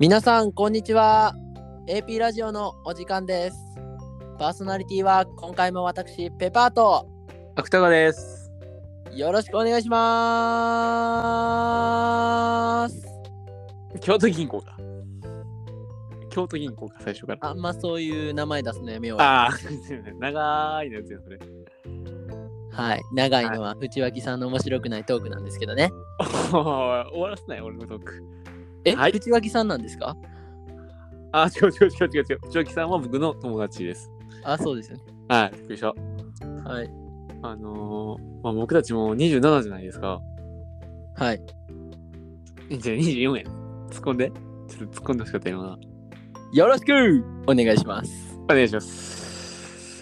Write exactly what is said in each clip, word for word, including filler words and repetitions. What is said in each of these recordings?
皆さんこんにちは。 エーピー ラジオのお時間です。パーソナリティは今回も私ペパーと芥川です。 よろしくお願いします。 京都銀行か京都銀行か最初からあんまそういう名前出すのやめよう。 ああ長いのやつやそれ。 はい、長いのは藤脇さんの面白くないトークなんですけどね。 終わらせない俺のトーク。 え、 はい、 藤脇さんなんですか？ あ違う違う違う違う違う藤脇さんは僕の友達です。 あ、そうですよね。 はい、びっくりした。 はい。 あのー、まあ、僕たちもにじゅうななじゃないですか。 はい。 じゃあにじゅうよんや。突っ込んで。ちょっと突っ込んでほしかったよな。 よろしくお願いします。 お願いします。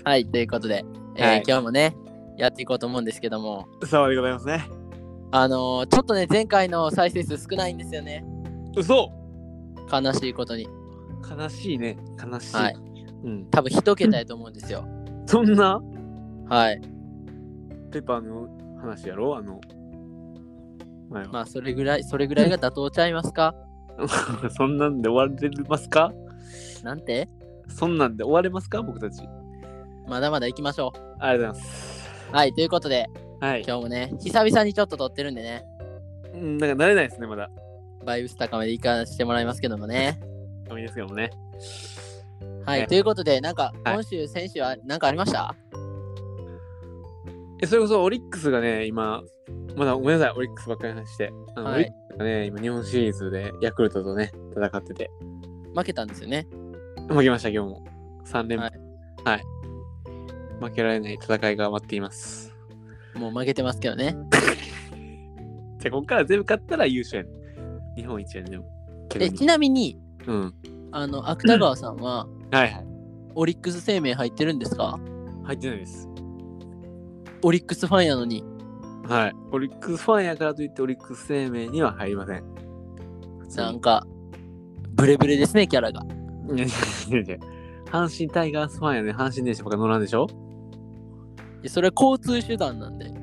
はい、ということで、えーはい、今日もねやっていこうと思うんですけども、 そうでございますね。 あのー、ちょっとね前回の再生数少ないんですよね。 嘘。 悲しいことに。 悲しいね。悲しい。 はい。 うん。 多分一桁やと思うんですよ。 そんな？ はい。 ペパーの話やろあの。 まあそれぐらいそれぐらいが妥当ちゃいますか？ そんなんで終われますか？ なんて？ そんなんで終われますか僕たち？ まだまだ行きましょう。 ありがとうございます。 はい、ということで、 はい、 今日もね久々にちょっと撮ってるんでね。 うん、なんか慣れないですねまだ。 バイブス高めで行かしてもらいますけどもね。 いいですけどもね。 はい、ということでなんか今週、はい、先週は何かありました？ えそれこそオリックスがね今まだごめんなさいオリックスばっかり話してあの、はい、オリックスがね今日本シリーズでヤクルトとね戦ってて負けたんですよね。 負けました今日もさん連敗、はい、はい、負けられない戦いが待っています。 もう負けてますけどね。 じゃあここから全部勝ったら優勝やね日本一やねでも。 えちなみに、 うん、 あの芥川さんは、 うん、はいはいオリックス生命入ってるんですか？ 入ってないです。 オリックスファンやのに。 はい。オリックスファンやからといってオリックス生命には入りません。 なんかブレブレですねキャラが。 いやいやいや阪神タイガースファンやね。阪神電車ばっか乗らんでしょ？ いやそれは交通手段なんで。 うん。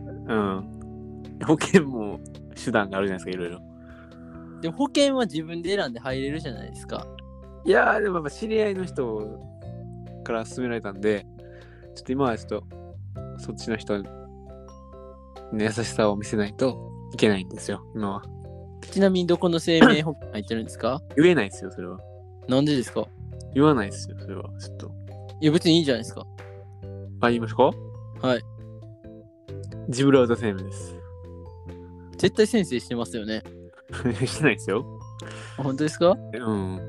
保険も手段があるじゃないですかいろいろ。 でも保険は自分で選んで入れるじゃないですか。 いやーでもやっぱ知り合いの人から勧められたんで、ちょっと今はちょっとそっちの人の優しさを見せないといけないんですよ今は。 ちなみにどこの生命保険入ってるんですか？ 言えないですよそれは。 なんでですか？ 言わないですよそれはちょっと。 いや別にいいじゃないですか。 あ、言いましょうか？はい。ジブラルタ生命です。 絶対先生してますよね。 してないですよ。 本当ですか？ うん。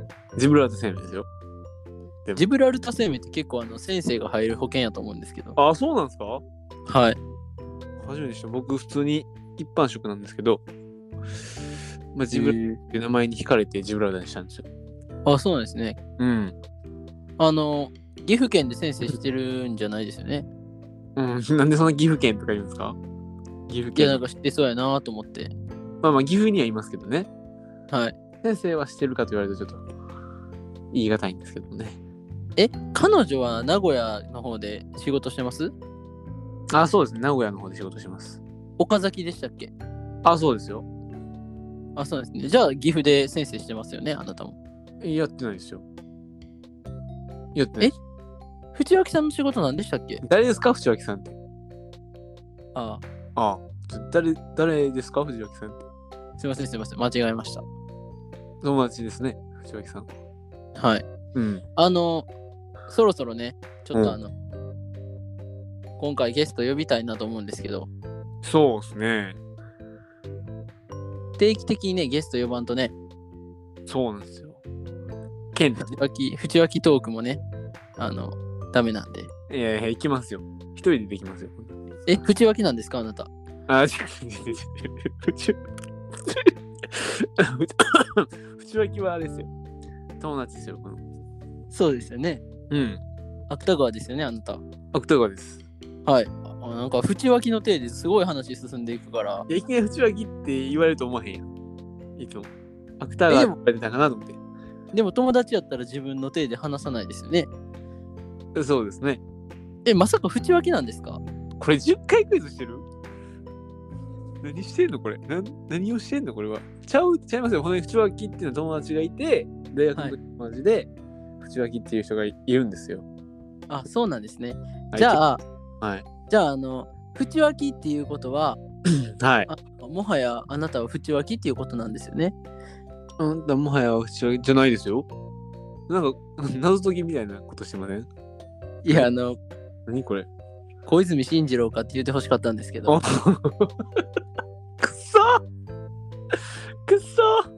ジブラルタ生命ですよ。 ジブラルタ生命って結構あの先生が入る保険やと思うんですけど。 あ、そうなんですか？はい。初めてした。僕普通に一般職なんですけど、まあ、ジブラルタっていう名前に惹かれてジブラルタにしたんですよ。 あ、そうなんですね。 うん。 あの岐阜県で先生してるんじゃないですよね。 うん。なんでそんな岐阜県とか言うんですか？岐阜県。 いやなんか知ってそうやなと思って。 まあまあ岐阜にはいますけどね。 はい。 先生はしてるかと言われるとちょっと言い難いんですけどね。 え、彼女は名古屋の方で仕事してます？ あ、そうですね。名古屋の方で仕事してます。 岡崎でしたっけ？ あ、そうですよ。 あ、そうですね。じゃあ岐阜で先生してますよね、あなたも。 やってないですよ。やってないです。 え？藤脇さんの仕事何でしたっけ？ 誰ですか藤脇さんって。 ああ。ああ。誰、誰ですか藤脇さんって。 すいませんすいません。間違えました。 友達ですね。藤脇さん。 はい。 うん。 あの、そろそろね、ちょっとあの、うん、今回ゲスト呼びたいなと思うんですけど。 そうですね。 定期的にね、ゲスト呼ばんとね。 そうなんですよ。ケン藤脇、藤脇トークもね、あの、ダメなんで。 いやいや、行きますよ。一人でできますよ。 え、藤脇なんですかあなた。 あ、違う違う違う違う。藤藤脇はあれですよ。友達ですよ。このそうですよね。 うん。 芥川ですよね、あなた。 芥川です。 はい。あなんか、藤脇の体ですごい話進んでいくから。 いや、いきなり藤脇って言われると思わへんやん。いつも。芥川って言われてたかなと思って。 でも友達やったら自分の体で話さないですよね。 そうですね。 え、まさか藤脇なんですか？ これじゅっかいクイズしてる？何してんのこれ？な何をしてんのこれは？ちゃうちゃいますよ。ほんとに藤脇っていうの友達がいて、 大学の時マジで、淵脇っていう人がいるんですよ。 あ、そうなんですね。 はい、 じゃあ、 はい。 じゃあ、あの、淵脇っていうことは、 はい。 あもはやあなたは淵脇っていうことなんですよね。 うん、だもはや淵脇じゃないですよ。なんか、謎解きみたいなことしてません？ いや、あの、 何これ？ 小泉進次郎かって言ってほしかったんですけど。 くっそくっそ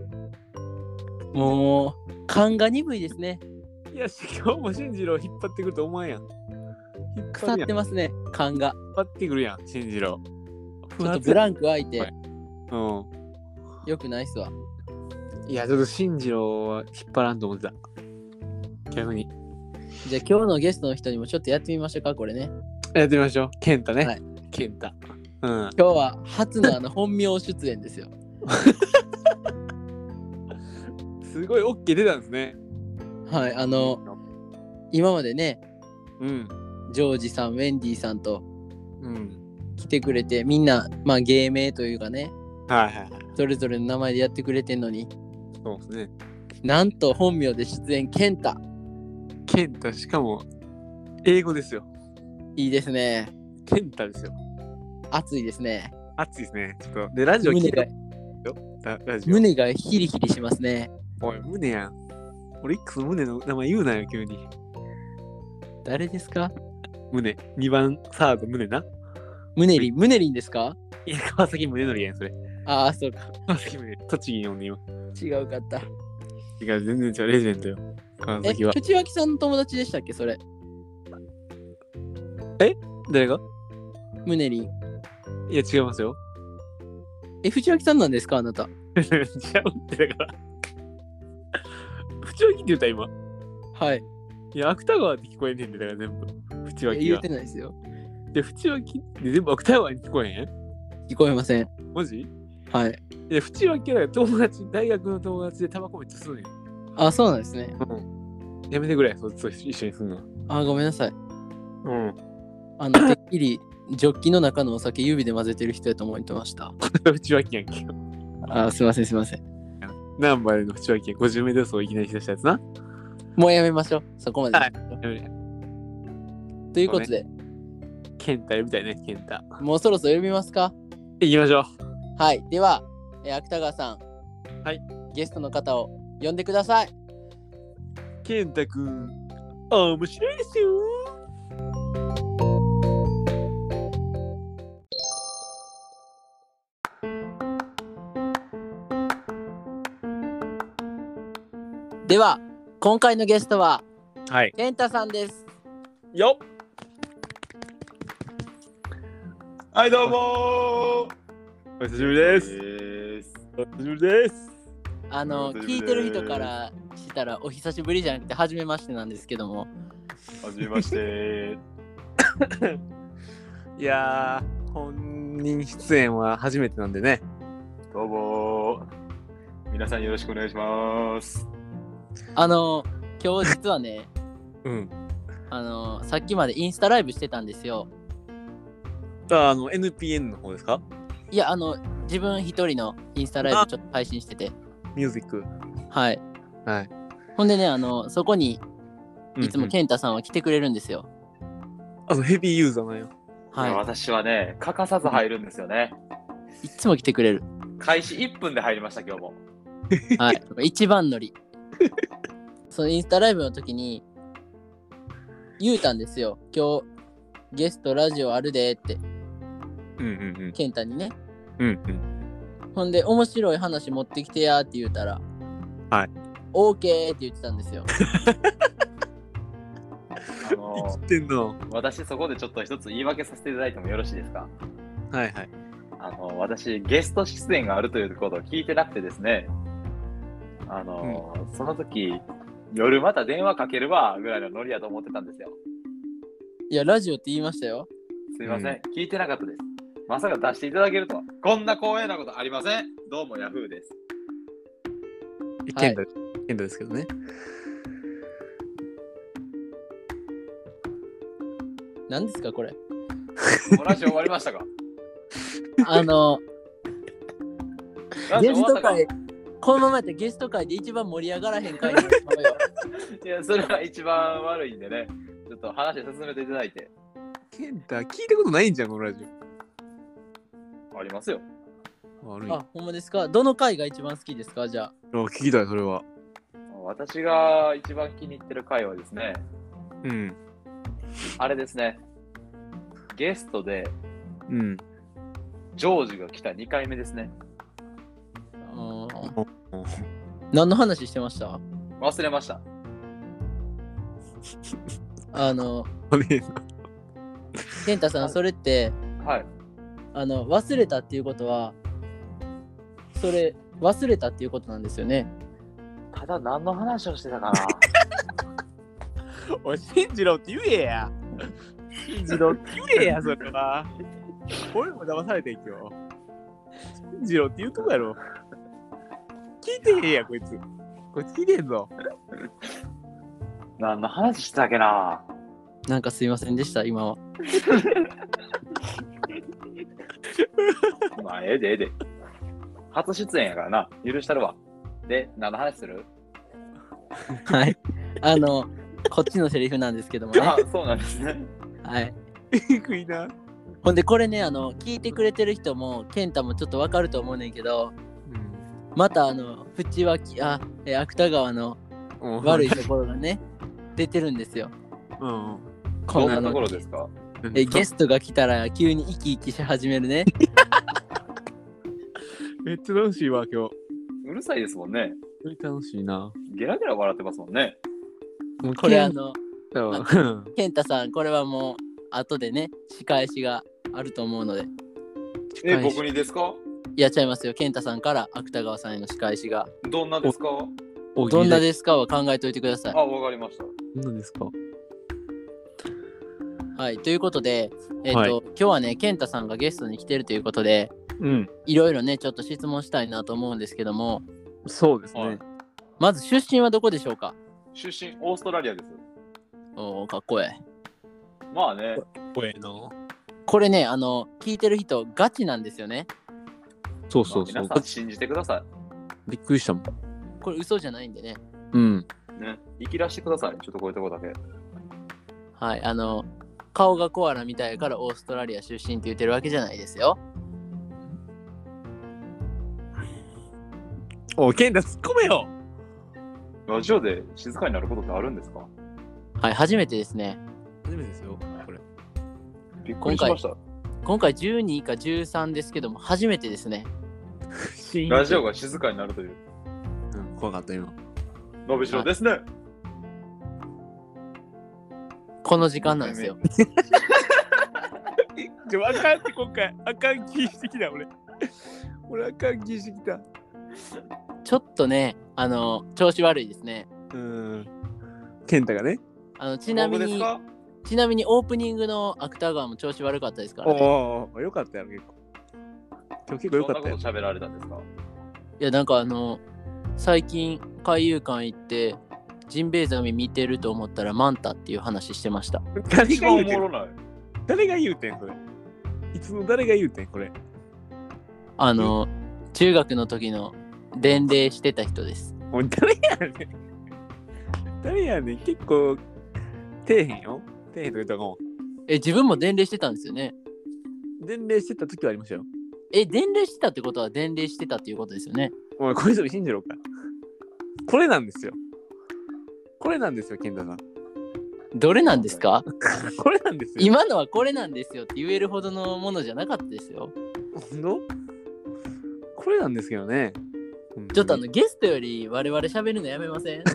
もう、勘が鈍いですね。 いや、今日も進次郎引っ張ってくると思わんやん。引っ腐ってますね、勘が。 引っ張ってくるやん、進次郎。 ちょっとブランク空いて、 はい、うん。 よくないっすわ。 いや、ちょっと進次郎は引っ張らんと思ってた。逆に。 じゃあ今日のゲストの人にもちょっとやってみましょうか、これね。 やってみましょう。健太ね。 はい。 健太。うん。 今日は初のあの本名出演ですよ。 すごい OK 出たんですね。 はい、あの、今までね、 うん。 ジョージさん、ウェンディさんとうん来てくれて、みんな、まあ芸名というかね、 はいはいはい。 それぞれの名前でやってくれてんのに、 そうですね。 なんと本名で出演、健太。 健太、しかも、英語ですよ。 いいですね。 健太ですよ。 熱いですね。 熱いですね。ちょっと、で、ラジオ聞いてよ。ラジオ。 胸がヒリヒリしますね。 おい、胸やん。俺、いっこの胸の名前言うなよ、急に。 誰ですか？ 胸。にばんサード、胸な。 胸リン、胸リンですか？ いや、川崎宗則やん、それ。 ああ、そうか。 川崎宗則、栃木におんねん、今。 違うかった。 違う、全然違う、レジェンドよ。川崎は。 え、淵脇さんの友達でしたっけ、それ。 え誰が？ 胸リン。 いや、違いますよ。 え、淵脇さんなんですか、あなた。 違うって、だから。淵脇って言った今。 はい。 いや、芥川って聞こえねえんで、だから全部。淵脇が。 言ってないですよ。 で、淵脇って全部芥川に聞こえへん？ 聞こえません。 マジ？ はい。 いや、淵脇は友達、大学の友達でタバコめっちゃ吸うねん。 あ、そうなんですね。 うん。やめてくれ、そそ一緒にすんの。 あ、ごめんなさい。 うん。 あの、てっきりジョッキの中のお酒指で混ぜてる人やと思ってました。 淵脇やんけ。 あ、すいませんすいません。 ナンバーの淵脇やん。ごじゅうメートル走いきなり出したやつな。 もうやめましょう。そこまで。 はい。 ということで、 健太呼びたいね、健太。 もうそろそろ呼びますか？ 行きましょう。 はい。では、えー、芥川さん。 はい。 ゲストの方を呼んでください。 健太くん、面白いですよ。 では、今回のゲストは、 はい。 健太さんです。 よっ。 はい、どうもお久しぶりです。 ーす。 お久しぶりです。 あの、聞いてる人からしたらお久しぶりじゃなくて初めましてなんですけども。 はじめまして。 いやー、本人出演は初めてなんでね。 どうも皆さんよろしくお願いします。 あの、今日実はね、 うん。 あの、さっきまでインスタライブしてたんですよ。 あ、あの、エヌピーエヌ の方ですか？ いや、あの、自分一人のインスタライブちょっと配信してて。 ミュージック。 はい。 はい。 ほんでね、あの、そこにいつも健太さんは来てくれるんですよ。 うんうん、あ、そう、ヘビーユーザーなんや。 はい。 私はね、欠かさず入るんですよね。 いつも来てくれる。 開始いっぷんで入りました、今日も。 はい。一番乗り。そのインスタライブの時に言うたんですよ。今日ゲストラジオあるでって。 うんうんうん。 健太にね。 うんうん。 ほんで面白い話持ってきてやって言うたら、 はい。 オーケーって言ってたんですよ。 あのー、 生きてんの。 私そこでちょっと一つ言い訳させていただいてもよろしいですか？ はいはい。 あの私ゲスト出演があるということを聞いてなくてですね。あのーうん、その時夜また電話かけるわぐらいのノリやと思ってたんですよ。 いや、ラジオって言いましたよ。 すいません、うん、聞いてなかったです。まさか出していただけるとは。こんな光栄なことありません。どうもヤフーです。 健太、はい、健太ですけどね。 何ですかこれ。 もうラジオ終わりましたか？ あのゲスト会このままやったらゲスト会で一番盛り上がらへん会になってしまうよ。 いや、それは一番悪いんでね。ちょっと話進めていただいて。 ケンタ、聞いたことないんじゃん、このラジありますよ。 オ。悪い。 あ、ほんまですか？どの回が一番好きですか？じゃあ。 あ聞きたい、それは。 私が一番気に入ってる回はですね、 うん。 あれですね。ゲストでうん。 ジョージが来たにかいめですね。 あー何の話してました？ 忘れました。 あの、 あれ健太さん、それってはい。 あの忘れたっていうことは、それ忘れたっていうことなんですよね。 ただ何の話をしてたかな。 おい、信じろって言えや。信じろって言えや、それは。俺も騙されてん、今日。信じろって言うとこやろ。聞いてへんや、こいつ。こいつ聞いてへんぞ。 何の話してたっけな。 なんかすいませんでした、今は。 まあ、ええでええで。初出演やからな。許したるわ。で、何の話する？ はい。あの、こっちのセリフなんですけどもね。 あ、そうなんですね。 はい。 えぐいな。 ほんで、これね、あの、聞いてくれてる人も、健太もちょっとわかると思うねんけど、また、あの、淵脇、あ、え芥川のうん。 悪いところがね、出てるんですよ。 うん。 こんなのどんなところですか？ えゲストが来たら急に生き生きし始めるね。 めっちゃ楽しいわ、今日。 うるさいですもんね。 めっちゃ楽しいな。 ゲラゲラ笑ってますもんね。 もうこれあの、 の、 健太さん、これはもう後でね、仕返しがあると思うので。 え、僕にですか？ いや、ちゃいますよ。健太さんから芥川さんへの仕返しが。 どんなですか？ どんなですかは考えておいてください。 あ、わかりました。 どんなですか？ はい、ということで、えっ、と、 はい今日はね、健太さんがゲストに来てるということで、 うん。 いろいろね、ちょっと質問したいなと思うんですけども、 そうですはいね。 まず出身はどこでしょうか？ 出身、オーストラリアです。 おー、かっこいい。 まあね、 声な。 これね、あの、聞いてる人、ガチなんですよね。 そうそうそう。 まあ皆さん信じてくださびっくりしたもん。 これ嘘じゃないんでね。 うん。 い。ね、生きらしてください。ちょっとこういうとこだけ。 はい、あの、顔がコアラみたいやからオーストラリア出身って言ってるわけじゃないですよ。 おい、ケンタ突っ込めよ。 ラジオで静かになることってあるんですか？ はい、初めてですね。 初めてですよ、これ。 びっくりしました。 今回じゅうにかじゅうさんですけども、初めてですね。 ラジオが静かになるという。 うん、怖かった今。 のびしろですね。 この時間なんですよ。 ちょ、あかんって今回、あかん気してきた、俺。俺、あかん気してきた。 ちょっとね、あの、調子悪いですね。 うん。ケンタがね。 あのちなみに、 僕ですか？ ちなみにオープニングの芥川も調子悪かったですからね。 おお、よかったやろ、結構。今日結構よかったよどんなこと。喋られたんですか？ いや、なんかあの、最近海遊館行って、ジンベエザメ見てると思ったらマンタっていう話してました。 誰一番が言うてんおもろない。 誰が言うてん、それ。いつの誰が言うてん、これ。 あの、中学の時の伝令してた人です。 おい、誰やねん。誰やねん、結構、底辺よ。底辺とか言ったかも。 え、自分も伝令してたんですよね。 伝令してた時はありましたよ。 え、伝令してたってことは伝令してたっていうことですよね。 お前、これぞ信じろか。これなんですよ。これなんですよ、健太さん。 どれなんですか？ これなんですよ。 今のはこれなんですよって言えるほどのものじゃなかったですよ。 本当？これなんですけどね。 ちょっとあのゲストより我々喋るのやめません？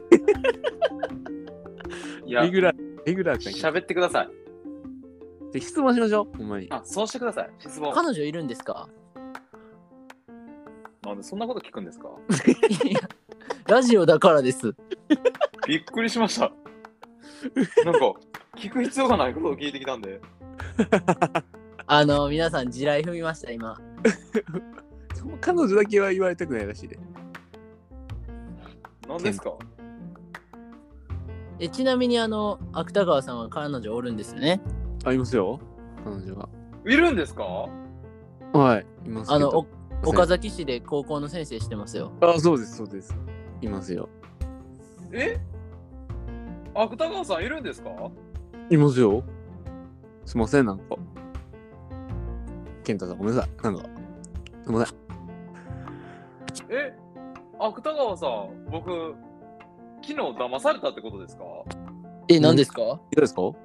いやレ、ギュラー、レギュラーちゃん。 喋ってください。 で質問しましょう、ほんまに。 あ、そうしてください。質問。 彼女いるんですか？ なんでそんなこと聞くんですか？ いやラジオだからです。 びっくりしました。なんか、聞く必要がないことを聞いてきたんで。 あの皆さん地雷踏みました今。 その彼女だけは言われたくないらしいで。 何ですか？ えちなみにあの芥川さんは彼女おるんですよね。 ありますよ、彼女が。 いるんですか？ はい、いますけど。 あのお岡崎市で高校の先生してますよ。 あ、そうです、そうです。いますよ。 え芥川さんいるんですか？ いますよ。すいません、なんか。健太さん、ごめんなさい。なんか。すいません。 え芥川さん、僕、昨日騙されたってことですか？ え、何ですか？ いいですか？ あ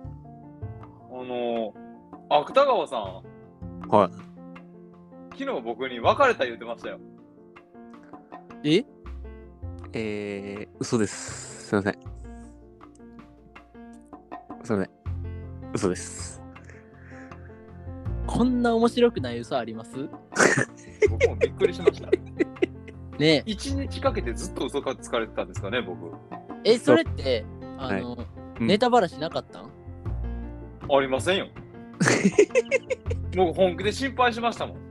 の、芥川さん、 はい。 昨日僕に別れた言ってましたよ。 ええー、嘘です。すいません。すいません。嘘です。 こんな面白くない嘘あります？ 僕もびっくりしました。 ね一日かけてずっと嘘がつかれてたんですかね、僕。 え。え、それって、あの、 はいうん、 ネタバラシなかったん？ ありませんよ。僕本気で心配しましたもん。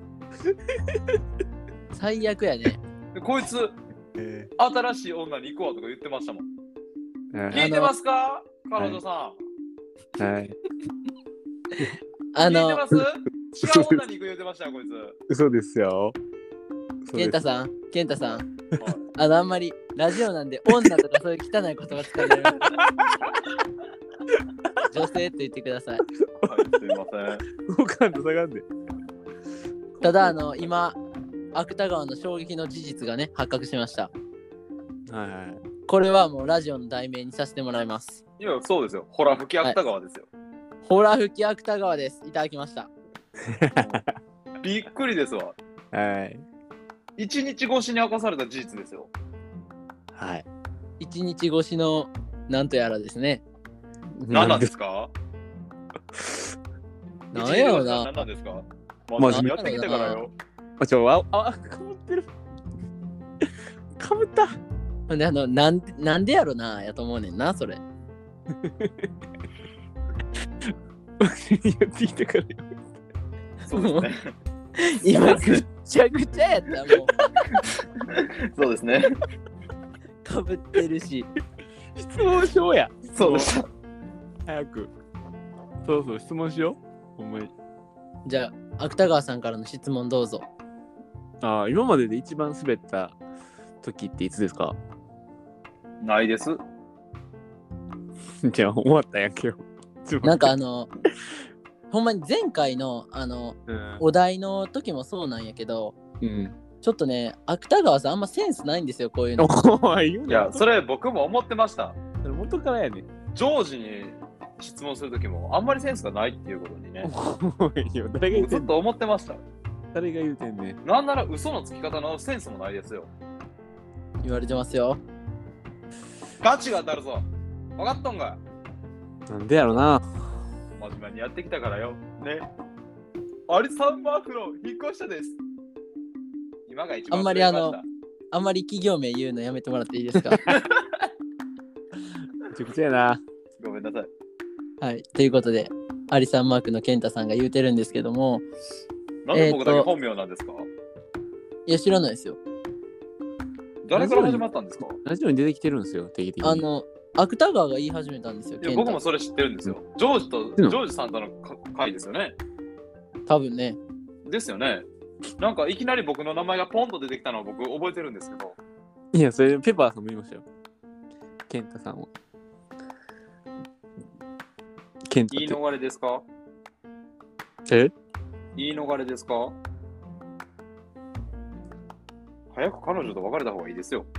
最悪やね。 でこいつ、 え新しい女に行こうとか言ってましたもん。 ー、 聞いてますか彼女さん。 はい。 あの聞いてます違う女に行く言ってましたよ、こいつ。 嘘ですよ。 健太ん。 さん、健太さん、 はいあの、あんまりラジオなんで女とかそういう汚い言葉使わない。女性って言ってください。 はい、すいません。 好感度下がんで。 ただ、あの、今、芥川の衝撃の事実がね、発覚しました。 はいはい。 これはもうラジオの題名にさせてもらいます。 いや、そうですよ。ほら吹き芥川ですよ。 ホラ吹き芥川です。いただきました。 びっくりですわ。 はい。 一日越しに明かされた事実ですよ。 はい。 一日越しのなんとやらですね。 何なんですか？ なんやろな。 何なんですか？ままああ、やってきたからよ。 あ、ちょ、あ、あ、かぶってる。かぶった。 ほんであのなんなんでやろなやと思うねんなそれ。 やってきたからよ。 そうですね。 今ぐっちゃぐちゃやったもそうですね。 う。かぶってるし。 質問しようや。 そうでした。 早く。そうそう、質問しよう。ほんまに。 じゃあ芥川さんからの質問どうぞ。 ああ、今までで一番滑った時っていつですか？ ないです。 じゃあ終わったやんけよ。 なんかあのほんまに前回のあのうん。 お題の時もそうなんやけど、 うん。 ちょっとね芥川さんあんまセンスないんですよこういうの。 おい、言ういや、 な。 それ僕も思ってました。 それ元からやねん。 ジョージに質問するときもあんまりセンスがないっていうことにね。 おいよ、誰が言うてんねん。 ずっと思ってました。 誰が言うてんねん。 なんなら嘘のつき方のセンスもないですよ。 言われてますよ。 ガチが当たるぞ。分かっとんが。 なんでやろな。 真面目にやってきたからよ。ね。アリサンマークの引っ越したです。今が一番あんまりあの滑りましあんまり企業名言うのやめてもらっていいですか？ めちゃくちゃやな。 たごめんなさい。 はいということでアリサンマークの健太さんが言うてるんですけども、 なんで僕だけ本名なんですか？ いや知らないですよ。 誰から始まったんですか？ ラジオに出てきてるんですよ、定期的に。 あの芥川が言い始めたんですよ。 いや、 健太僕もそれ知ってるんですよ。ジョージと、ジうんョージさんとの会ですよね。 多分ね。 ですよね。なんかいきなり僕の名前がポンと出てきたのを僕覚えてるんですけど。 いや、それペッパーさんも言いましたよ。ケンタさんは。ケンタって。 言い逃れですか？ え言い逃れですか？早く彼女と別れた方がいいですよ。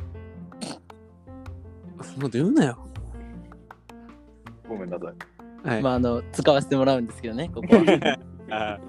そんなこと言うなよ。 ごめんなさい。 はい。 まああの使わせてもらうんですけどねここは。 あ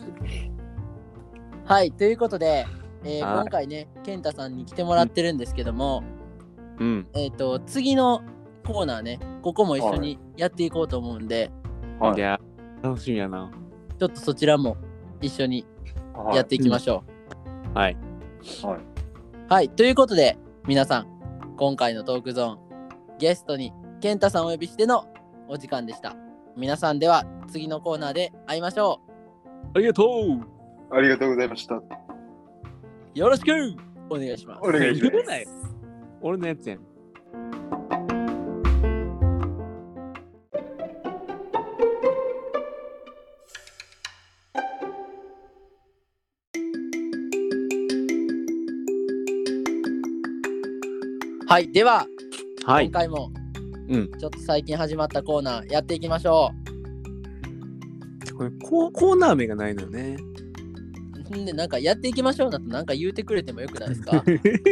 はいということで、えーはい今回ね健太さんに来てもらってるんですけども、 うん。 えっ、と次のコーナーねここも一緒にやっていこうと思うんで、 はいいや、楽しみやな。 ちょっとそちらも一緒にはいやっていきましょう。 はい。 はい。 はい、ということで皆さん今回のトークゾーンゲストに健太さんをお呼びしてのお時間でした。皆さんでは次のコーナーで会いましょありがとう。 ありがとうございました。 う。よろしくお願いします。 お願いします言うなよ。俺のやつやん。 はい、では、 はい今。回もうん。 ちょっと最近始まったコーナーやっていきましょこれコー、コーナー名がないのよね。 う。んで、なんかやっていきましょうなとなんか言うてくれてもよくないですか？ わっ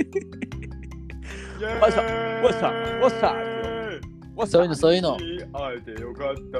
しゃわっしゃわっしゃわっしゃそういうのそういうの。 会えてよかった。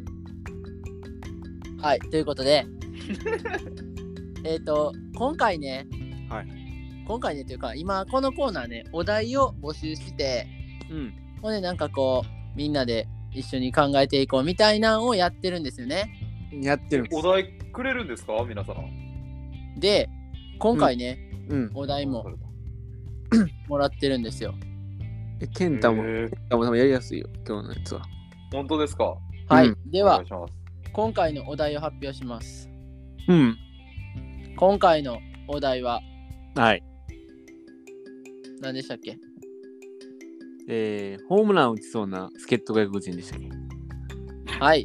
はい、ということで、えっと、今回ね、 はい。 今回ねというか、今このコーナーね、お題を募集して、 うん。 ほんでなんかこう、みんなで一緒に考えていこうみたいなのをやってるんですよね。 やってるんです。 お題くれるんですか皆さん。 で、今回ね、 うん。 お題ももらってるんですよ。 え、ケンタも、ケへーンタも多分やりやすいよ、今日のやつは。 本当ですか？ はい、 うんではお願いします。 今回のお題を発表します。 うん。 今回のお題ははい。 何でしたっけ？ えー、ホームラン打ちそうな助っ人外国人でしたっけ？ はい。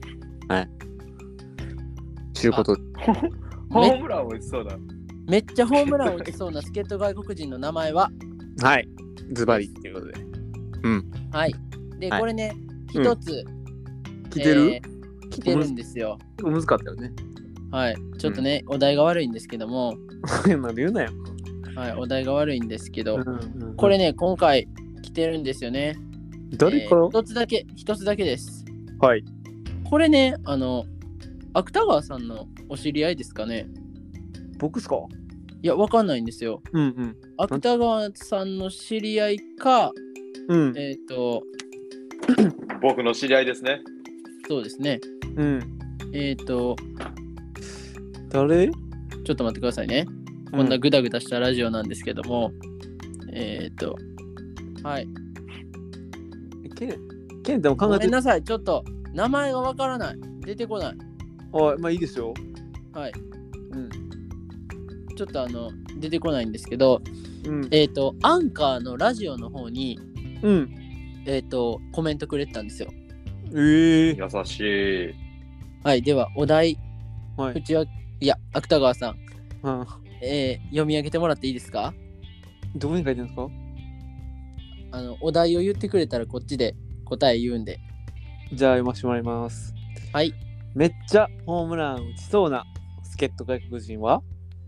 ちゅうことで。 ホームラン打ちそうだ。 めっちゃホームランを打ちそうな助っ人外国人の名前ははい。ズバリっていうことで。 はい。で、 はいこれね、 うん一つ、 来てる、 えー来てるんですよ。 難かったよね。 はい。ちょっとね、お題が悪いんですけども、 なんで言うなよ。 はい、お題が悪いんですけど、 うんこれね、今回来てるんですよね。 誰から、 えー一つだけ、一つだけです。 はい。 これね、あの、芥川さんのお知り合いですかね？ 僕っすか？ いや、わかんないんですよ。 うん芥川さんの知り合いか、 うん。うん。 えっ、と、 僕の知り合いですね。 そうですね。 うん。 えっ、と、 誰？ ちょっと待ってくださいね。こんなグダグダしたラジオなんですけども、えっ、と、はい。 ケン、ケンタも考えてる。 ごめんなさい、ちょっと名前がわからない。出てこない。 あ、まあいいですよ。 はい。 うん。 ちょっとあの、出てこないんですけど、 うん。 えっ、と、アンカーのラジオの方に、 うん。 えっ、と、コメントくれてたんですよ。 ええ優しい。 はい。では、お題、 はい。 口は、いや、芥川さん、 あ、 えー読み上げてもらっていいですか？ どこに書いてるんですか？ あの、お題を言ってくれたらこっちで答え言うんで。 じゃあ読ませてもらいます。 はい。 めっちゃホームラン打ちそうな助っ人外国人は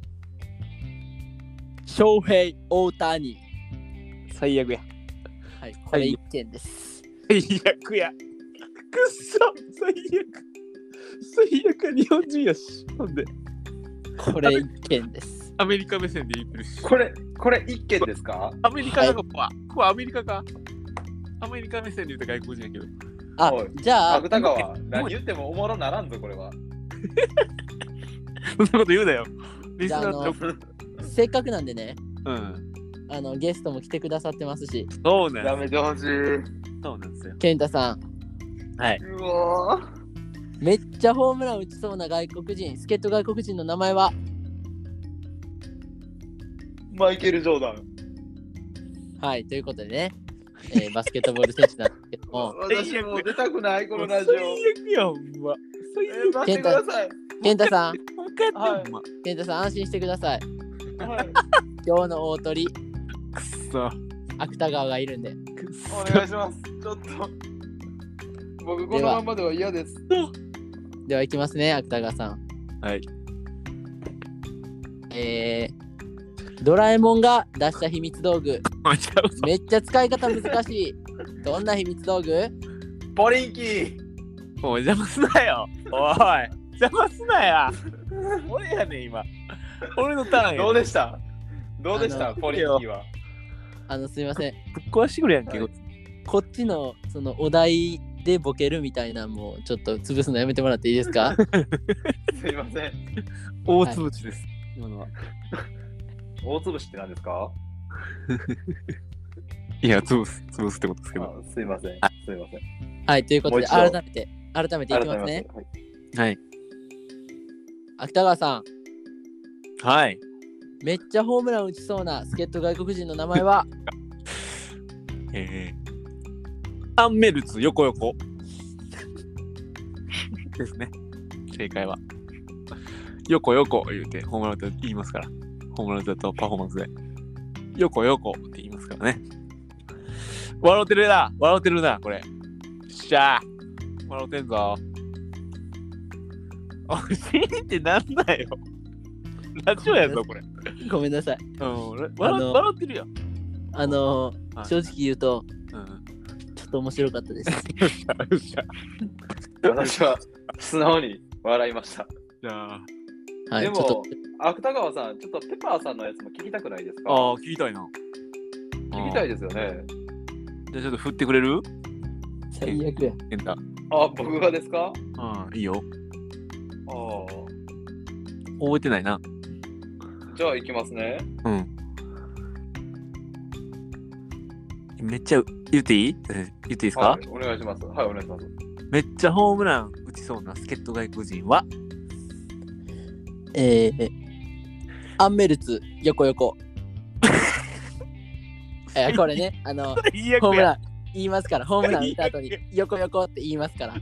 翔平大谷。 最悪や。 はい。これ一件です。 最悪や。くっそ最悪。最悪や日本人やし。ほんで、 これ一件です。 アメリカ目線で言ってるし。 これ、これ一件ですか？ アメリカだか、ここは。ここはアメリカか。アメリカ目線で言った外国人やけど。 あおい、 じゃあ、 芥川、何言ってもおもろならんぞ、これは。 そんなこと言うなよ。リスじゃあ、あのナーって、 せっかくなんでね、 うん。 あの、ゲストも来てくださってますし、 そうなんです。 やめてほしい。 そうなんですよ。 健太さん、 はい。 うわーめっちゃホームラン打ちそうな外国人、助っ人外国人の名前は？ マイケル・ジョーダン。 はい、ということでね、えーバスケットボール選手なんですけども、 私もう出たくない、このラジオ。 最悪や、ほんま。最えー、待ってください。 健太さん、 悪。もう一回やって、 はいほんま。 健太さん安心してください。 はい、 今日の大鳥、 くっそ。 芥川がいるんで。 くっお願いします。ちょっと。僕、このままでは嫌です。 では行きますね、芥川さん。 はい。 えー、ドラえもんが出した秘密道具、 間違うぞ。 めっちゃ使い方難しい。どんな秘密道具？ ポリンキー。 おい、邪魔すなよ。おい、邪魔すなや。俺やねん、今。俺のターンや。 どうでしたどうでしたあのポリンキーは。 あの、すいません。 ぶっ壊してくれやんけ。 はいこっちのそのお題でボケるみたいなのもちょっと潰すのやめてもらっていいですか？ すいません。 大つぶちです。今のは。 大潰しって何ですか？ いや、潰す、潰すってことですけど。 あすいません。すいません。 はい、ということでもう一度改めて、改めていきますね。 はいはい。 芥川さん、 はい。 めっちゃホームラン打ちそうな助っ人外国人の名前は？ えー、アンメルツ横横ですね。正解は。横横言うて、ホームランだと言いますから。ホームランだとパフォーマンスで。横横って言いますからね。 笑ってるな。笑ってるな、これ。よっしゃー。笑ってんぞ。おしりってなんだよ。ラジオやぞ、これ。 ごめんなさい。 うん、笑あの笑ってるやん。 あのーはい正直言うと、 うん。 ちょっと面白かったです。 よっしゃ、よっしゃ。 私は素直に笑いました。 じゃあ、 はい、 でちょっとも、芥川さん、ちょっとペパーさんのやつも聞きたくないですか？ ああ、聞きたいな。 聞きたいでですよね。 じゃあちょっと振ってくれる最悪や。 ケンタ。 あ、僕がですか？ うん、いいよ。 あ覚えてないな。 あ。じゃあ行きますね。 うん。めっちゃ言っていい言っていいですか、 はい、お願いします。はい、お願いします。 めっちゃホームラン打ちそうな助っ人外国人はえー、アンメルツ、横横。えこれね、あの、 最ホームラン言いますから、ホームラン打った後に横横って言いますから。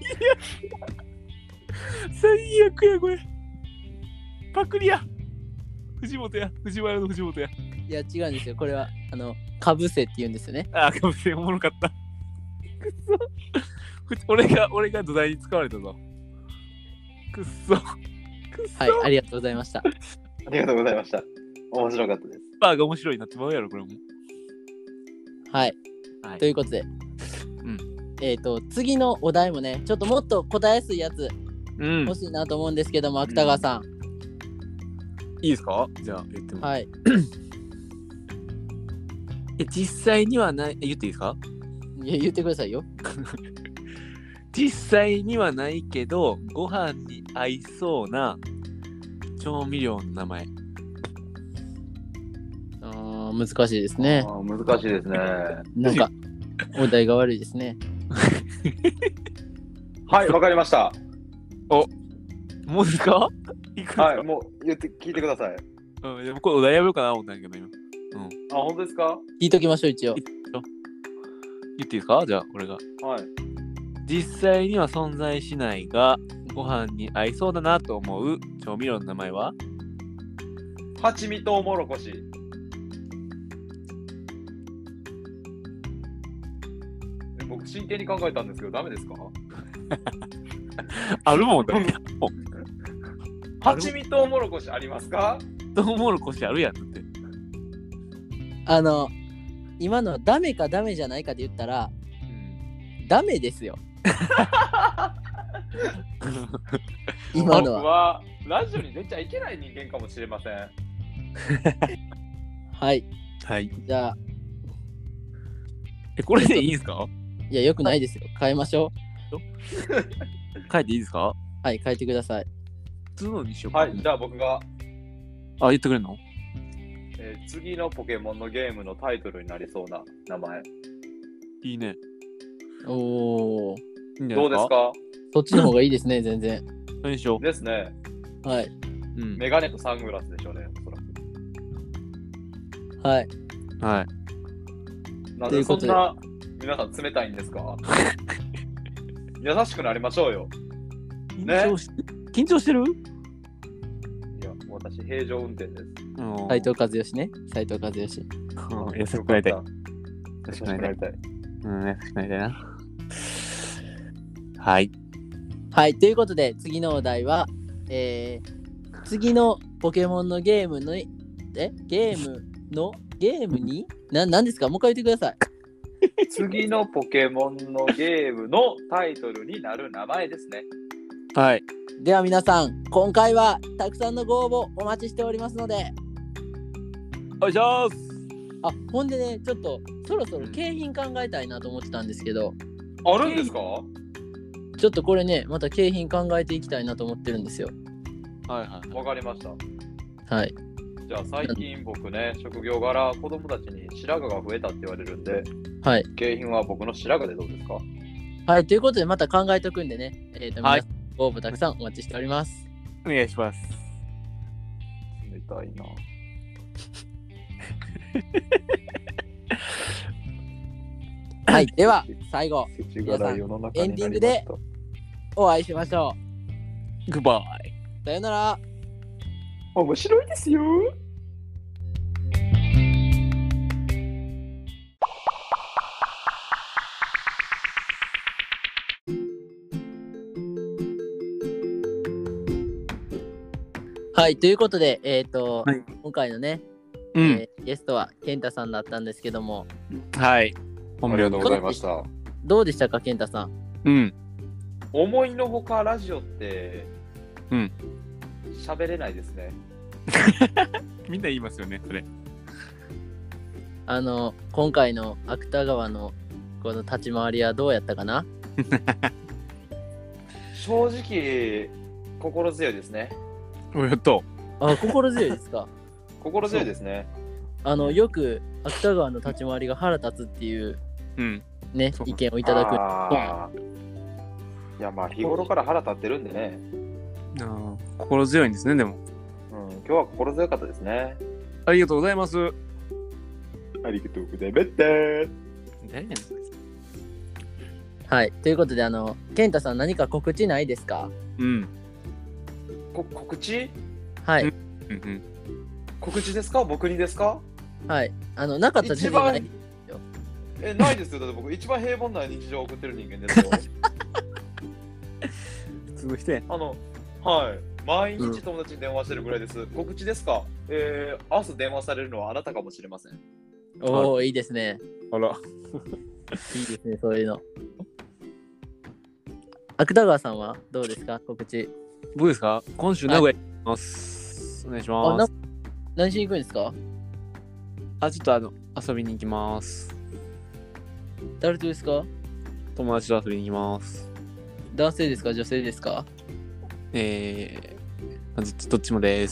最悪やこれ。パクリや。藤本や。藤原の藤本や。 いや、違うんですよ。これは、あの、かぶせって言うんですよね。 ああ、かもしれん。おもろかった。くっそ。ふ俺が、俺が土台に使われたぞ。くっそ。くっそ。 はい、ありがとうございました。 ありがとうございました。面白かったです。 パーが面白いなってまうやろ、これも。 はい、 はいということで、 うんえっ、と、次のお題もね、ちょっともっと答えやすいやつうん。 欲しいなと思うんですけども、芥川さん。 いいですかじゃあ、言っても。 はい。 え、実際にはない、え言っていいですかいや、言ってくださいよ。 実際にはないけど、ご飯に合いそうな調味料の名前。 あー難しいですね。 あー難しいですね。 なんか、お題が悪いですね。 はい、わかりました。 もうですかいくですかはい、もう言って聞いてください。 うん、でもこれお題やめようかな思ったんだけど、今。うん。 あ、本当ですか？ 聞いときましょう、一応。 言っていいですかじゃあ、俺が。 はい。 実際には存在しないが、ご飯に合いそうだなと思う調味料の名前は八味とうもろこし。え僕、真剣に考えたんですけど、ダメですか？ あるもんだって。 八味とうもろこしありますか？ トウモロコシあるやんだって。 あの、今のダメかダメじゃないかで言ったら、ダメですよ。今の僕は。 はラジオに出ちゃいけない人間かもしれません。 はい。 はい。 じゃあ、 え、これでいいんすかいや、よくないですよ。変えましょ書いていいですかう。はい、変えてください。 普通のにしようか。 はい、じゃあ僕が、 あ、言ってくれんのえー次のポケモンのゲームのタイトルになりそうな名前。 いいね。 おー。 いいんじゃなどいうですかですか？ そっちの方がいいですね、全然。 それにしよですね。 う。 はい。 うん。 メガネとサングラスでしょうね、おそらく。 はい。 はい。 なんということででそんな皆さん冷たいんですか？優しくなりましょうよ。 緊張し、緊張してるいや、私、平常運転です。 うん。 斉藤和義ね。斉藤和義。 うん優しくなりたい。 よ優しくかったなりたい。 優しくなりたい。 うん、優しくなりたいな。はい。 はい。ということで、次のお題は、えー、次のポケモンのゲームの、えゲームのゲームにな、なんですかもう一回言ってください。 次のポケモンのゲームのタイトルになる名前ですね。 はい。 では皆さん、今回はたくさんのご応募お待ちしておりますので、 お願いします。 あ、ほんでね、ちょっとそろそろ景品考えたいなと思ってたんですけど、 あるんですか？ ちょっとこれね、また景品考えていきたいなと思ってるんですよ。 はいはい。 わかりました。 はい。 じゃあ最近僕ね、職業柄子供たちに白髪が増えたって言われるんで、 はい。 景品は僕の白髪でどうですか？ はい。ということで、また考えとくんでね、えーと、 はい皆さんご応募たくさんお待ちしております。 お願いします。 冷たいな。 はい。では、最後、 世知辛い世の中になりましたエンディングでお会いしましょグッバイ。 う。さよなら。 面白いですよ。 はい、ということで、えっ、ー、と、 はい、 今回のね、 うんえー、ゲストは健太さんだったんですけども、 はい。 ありがとうございました。 どうでしたか、健太さん。 うん。 思いのほかラジオって、 うん。 喋れないですね。 みんな言いますよね、それ。 あの、今回の芥川のこの立ち回りはどうやったかな正直、心強いですね。 おやっと。 あ、心強いですか。 心強いですね。 あの、よく芥川の立ち回りが腹立つっていう、 うん、 ね、意見をいただく。 あいや、まあ、日頃から腹立ってるんでね。 あ心強いんですね、でも。 うん、今日は心強かったですね。 ありがとうございます。 ありがとうございました。 誰やねん。 はい、ということで、あの、健太さん何か告知ないですか？ うん。 こ告知？ はい、うんうん、 告知ですか？僕にですか？ はい、あの、なかったら一番ないよ。え、ないですよ。だって僕一番平凡な日常を送ってる人間ですよ。 普通の人や。 あの、はい。毎日友達に電話してるぐらいです。うん、告知ですか？えー、明日電話されるのはあなたかもしれません。 おー、いいですね。 あら。 いいですね、そういうの。芥川さんはどうですか、告知。 僕ですか？今週名古屋行きます。はい、お願いします。 何しに行くんですか？ あ、ちょっとあの、遊びに行きます。 誰とですか？ 友達と遊びに行きます。 男性ですか？女性ですか？ えー、どっちもです。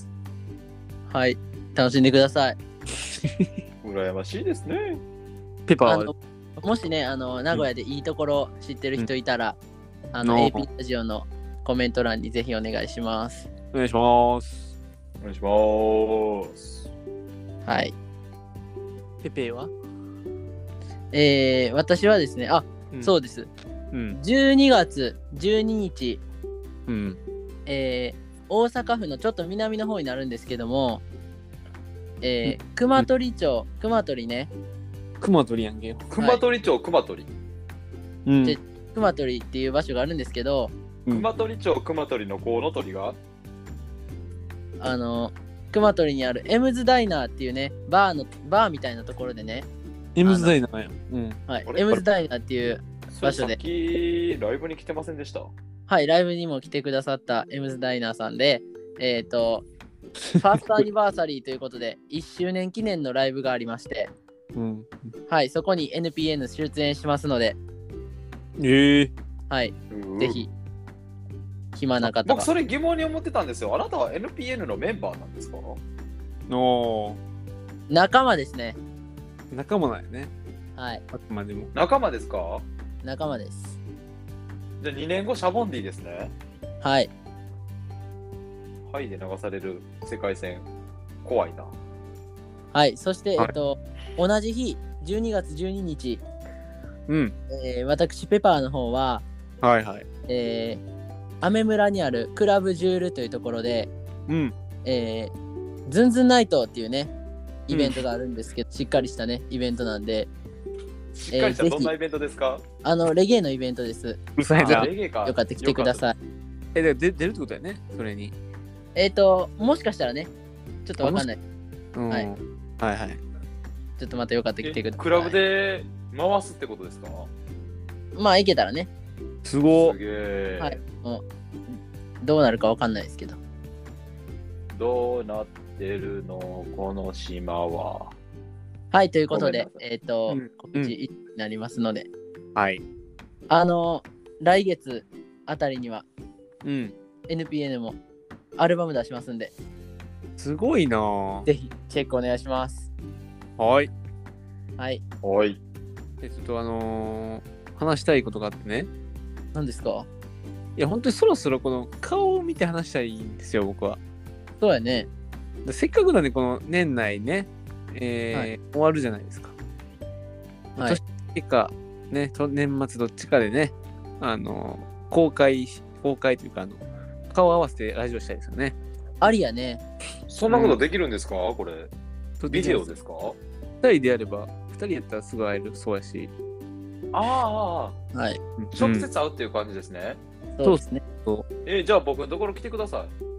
はい、楽しんでください。 羨ましいですね。 ペパーはもしね、あの名古屋でいいところ知ってる人いたら、うん、あの エーピー ラジオのコメント欄にぜひお願いします。 お願いします。 お願いします。 はい。 ペペはえー、私はですね、あ、うん、そうです。うん、じゅうにがつじゅうににち、うん、えー、大阪府のちょっと南の方になるんですけども、えー、熊取町、熊取ね。 熊取やんけよ。 熊取町、熊取。 うん。熊取っていう場所があるんですけど、 うん、熊取町、熊取のコウノトリがあの、熊取にあるエムズダイナーっていうね、バーの、バーみたいなところでね。 エムズダイナーや。 うん。はい。エムズダイナーっていう場所で。 さっきライブに来てませんでした？ はい、ライブにも来てくださったエムズダイナーさんで、えっと、ファーストアニバーサリーということで、いっしゅうねん記念のライブがありまして、うん、はい、そこに エヌピーエヌ 出演しますので、 えー、 はい、ぜひ、暇な方は。 僕、それ疑問に思ってたんですよ。あなたは エヌピーエヌ のメンバーなんですか？ おー、 仲間ですね。 仲間だよね。 はい。 あくまでも。 仲間ですか？ 仲間です。 じゃあにねんご、シャボンディですね。 はい。 はいで流される世界線、怖いな。 はい、そして、はい、えっと、同じ日、じゅうにがつじゅうににち、 うんえー、私、ペパーの方は、 はいはい。 えー、アメ村にあるクラブジュールというところで、 うんえー、ズンズンナイトっていうね、イベントがあるんですけど、うん、しっかりしたね、イベントなんで、 しっかりした、えー、どんなイベントですか？ あの、レゲエのイベントです。 うさいな。 レゲエか。 よかった、来てください。 え、で出るってことだよね、それに。 えっ、ー、と、もしかしたらね、ちょっとわかんない。 うん、はい。はいはい。 ちょっとまたよかったら来てください。 クラブで回すってことですか？ まあ、いけたらね。 すごすげー。 はい。もうどうなるかわかんないですけど。 どうなってるのこの島は。 はい、ということで、えっ、ー、と、うん、告知になりますので。 はい。 あの、来月あたりには、 うん、 エヌピーエヌ もアルバム出しますんで。 すごいなぁ。 ぜひチェックお願いします。 はい。 はい。 はい。 え、ちょっとあのー、話したいことがあってね。 何ですか？ いや、本当にそろそろこの顔を見て話したいんですよ、僕は。 そうやね。 せっかくなんで、この年内ね、えーはい、終わるじゃないですか。はい。年結果、ね、年末どっちかでね、あのー、公開、公開というか、あの、顔合わせてラジオしたいですよね。 ありやね。 そんなことできるんですか、うん、これ。ビデオですか？ ふたりでやれば、ふたりやったらすぐ会えるそうやし。 ああ、 はい。 直接会うっていう感じですね。 うん、そうですね。 えー、じゃあ僕のところ来てください。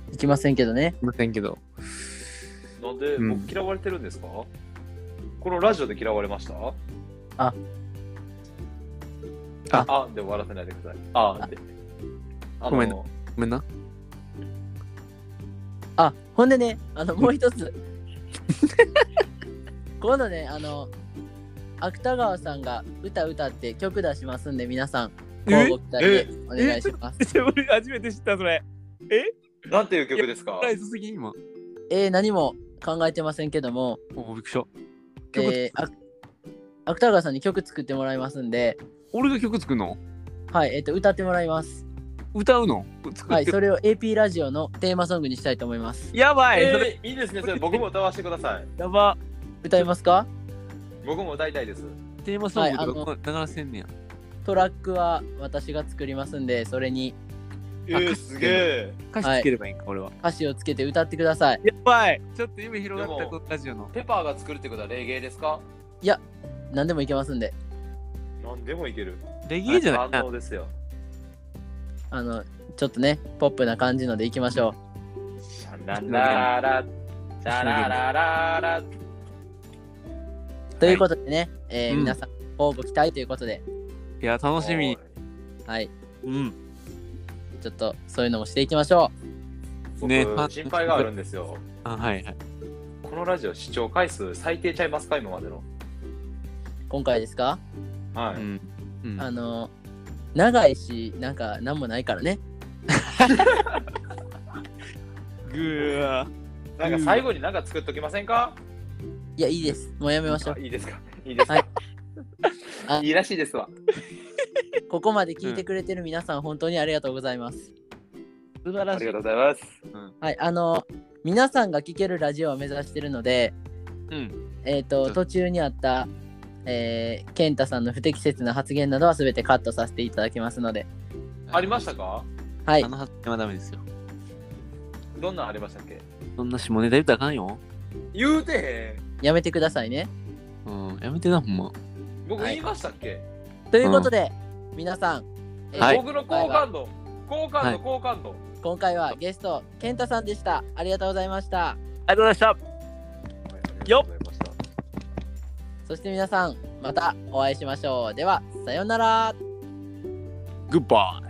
いきませんけどね。 いませんけど。 なんでうん僕嫌われてるんですか、このラジオで嫌われましたあああ、で終わらせないでください。あ、で。あのごめんなごめんな。 あ、ほんでね、あの、もう一つ。今度ね、あの、芥川さんが歌歌って曲出しますんで、皆さん、交互期待でお願いします。 俺初めて知った、それ。えなんていう曲ですか？ ライスすぎ、今。 えー、何も考えてませんけども、 お、びっくりした。曲えー、あ芥川さんに曲作ってもらいますんで、 俺が曲作るの？ はい、えっ、と、歌ってもらいます。 歌うの？作ってはい、それを エーピー ラジオのテーマソングにしたいと思います。 やばい、それえー、いいですね。それ僕も歌わせてください。 やば。 歌いますか？ 僕も歌いたいです。 テーマソングはいとか流らせんねや。 トラックは私が作りますんで、それにえー、すげえ。 歌詞つければいいんか、俺は。 歌詞をつけて歌ってください。 やばい。ちょっと夢広がった、 でもこのラジオの。 ペパーが作るってことはレゲエですか？ 何でもいけますんで、 なんでもいける。 レゲエじゃない反応ですよ。 あの、ちょっとね、ポップな感じのでいきましょシャラララ、シャララララ。 う。ということでね、えーうん皆さん、応募期待ということで、 いや、楽しみ。 はい、 うん。 ちょっとそういうのもしていきましょ僕ね心配があるんですよ。 あ、はいはい。 このラジオ視聴回数最低ちゃいますか、今までの。 う。今回ですか？ はい。 うん。うんあの、長いし、なんか何もないからね。 ぐーわ。 なんか最後になんか作っときませんか？ いや、いいです。もうやめましょうあ。いいですか？いいですか？ はいあいいらしいですわ。 ここまで聞いてくれてる皆さん、本当にありがとうございます。 素晴らしいありが。とうございます。 はい、あの、皆さんが聞けるラジオを目指してるので、 うん。 えっ、と、途中にあった、えー、健太さんの不適切な発言などは全てカットさせていただきますので、 ありましたか？ はいあ、の発言はダメですよ。 どんなんありましたっけ？ そんな下ネタ言ったらあかんよ。 言うてへん。 やめてくださいね。 うん。やめてな、ほんま。 僕言いましたっけ？ ということで、皆さん、えーはい僕の好感度、好感はい度、好感度。 今回はゲスト、健太さんでした。ありがとうございました。 ありがとうございました。よっありがとうございました。 そして皆さん、またお会いしましょう。では、さようなら。 グッバイ。